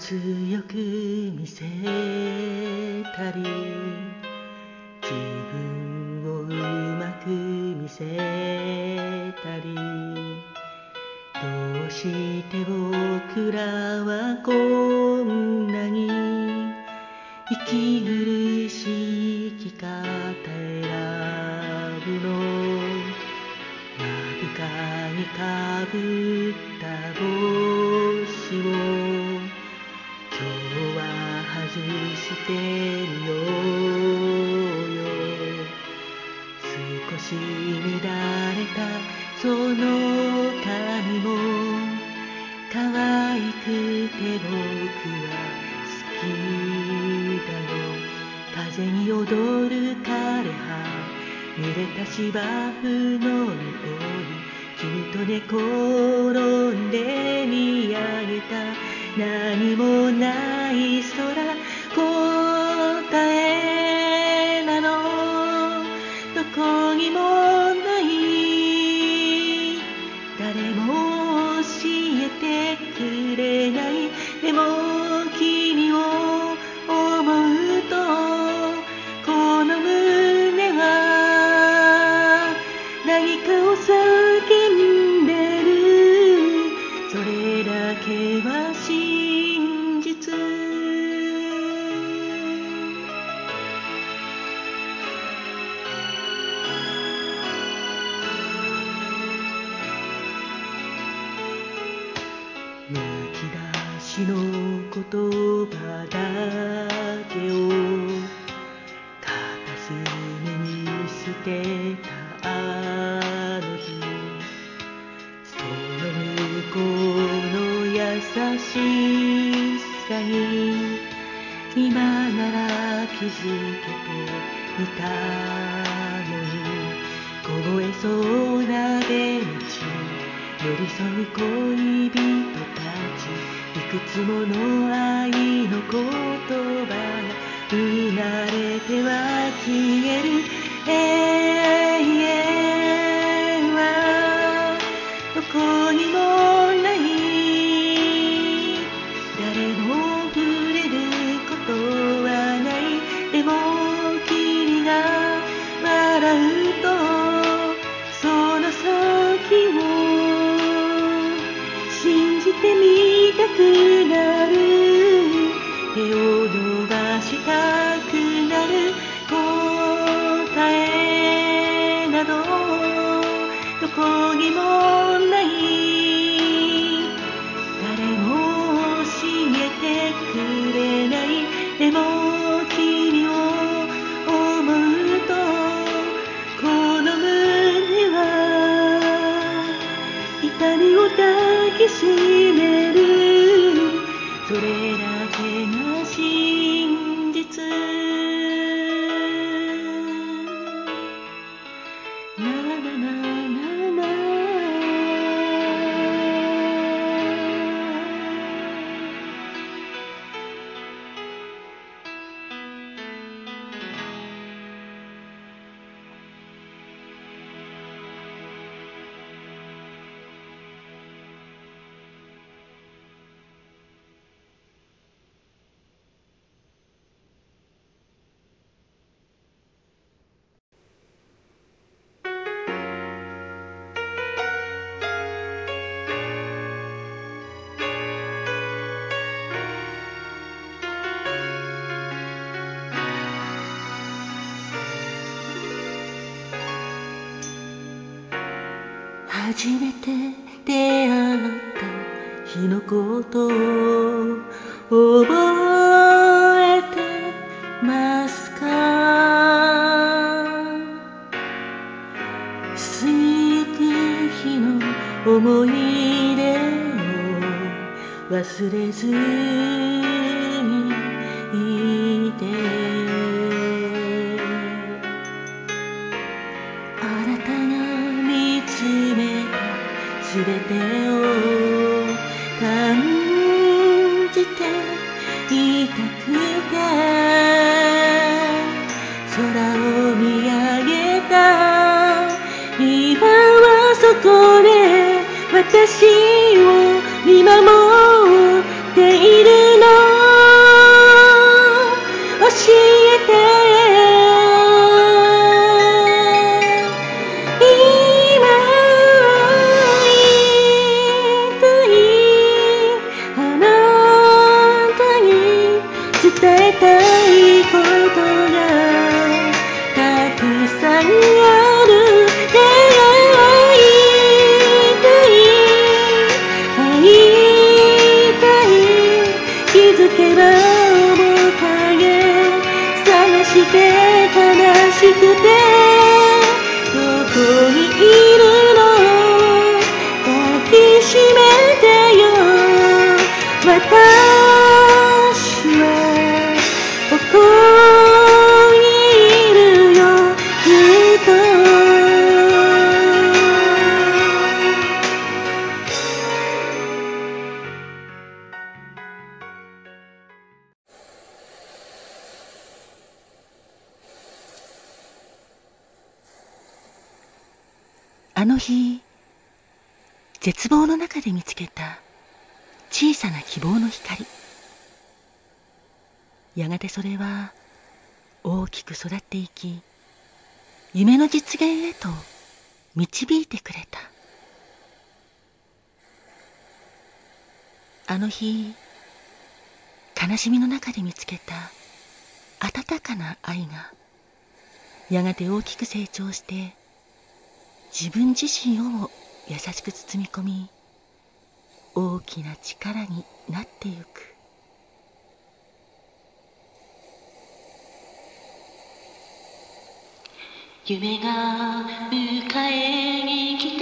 強く見せたり、自分をうまく見せたり、どうして僕らはこんなに息苦しき方選ぶの。目深にかぶった帽子を今日は外してみようよ。少し乱れたその髪も可愛くて僕は好きだよ。風に踊る枯葉、濡れた芝生の匂い、君と寝転んで見上げた何もない空、答えなのどこにもない。誰も教えてくれない。でも君を思うとこの胸は何かを叫んでる。それだけは真実。むき出しの言葉だけを片隅に捨てたあの日、その向こうの優しさに今なら気づけていたのに、凍えそうなベンチ、寄り添う恋人たち、いくつもの愛の言葉が生まれては消える。永遠はどこにもない。誰も触れることはない。でも君が笑うとその先を信じてみたくなる。手を伸ばしたくなる。答えなどどこにもない。誰も教えてくれない。でも君を思うとこの胸は痛みを抱きしめる。それだけが真実。ななななな。初めて出会った日のことを覚えてますか。過ぎゆく日の思い出を忘れずにいて、あなたが見つめたすべてを感じていたくて、空を見上げた今はそこで私を見守っているの。 して悲しくてどこにいるの抱きしめてよ私はここにいるよずっとあの日絶望の中で見つけた小さな希望の光。やがてそれは大きく育っていき夢の実現へと導いてくれた。あの日悲しみの中で見つけた温かな愛がやがて大きく成長して自分自身をも優しく包み込み大きな力になってゆく。夢が迎えに来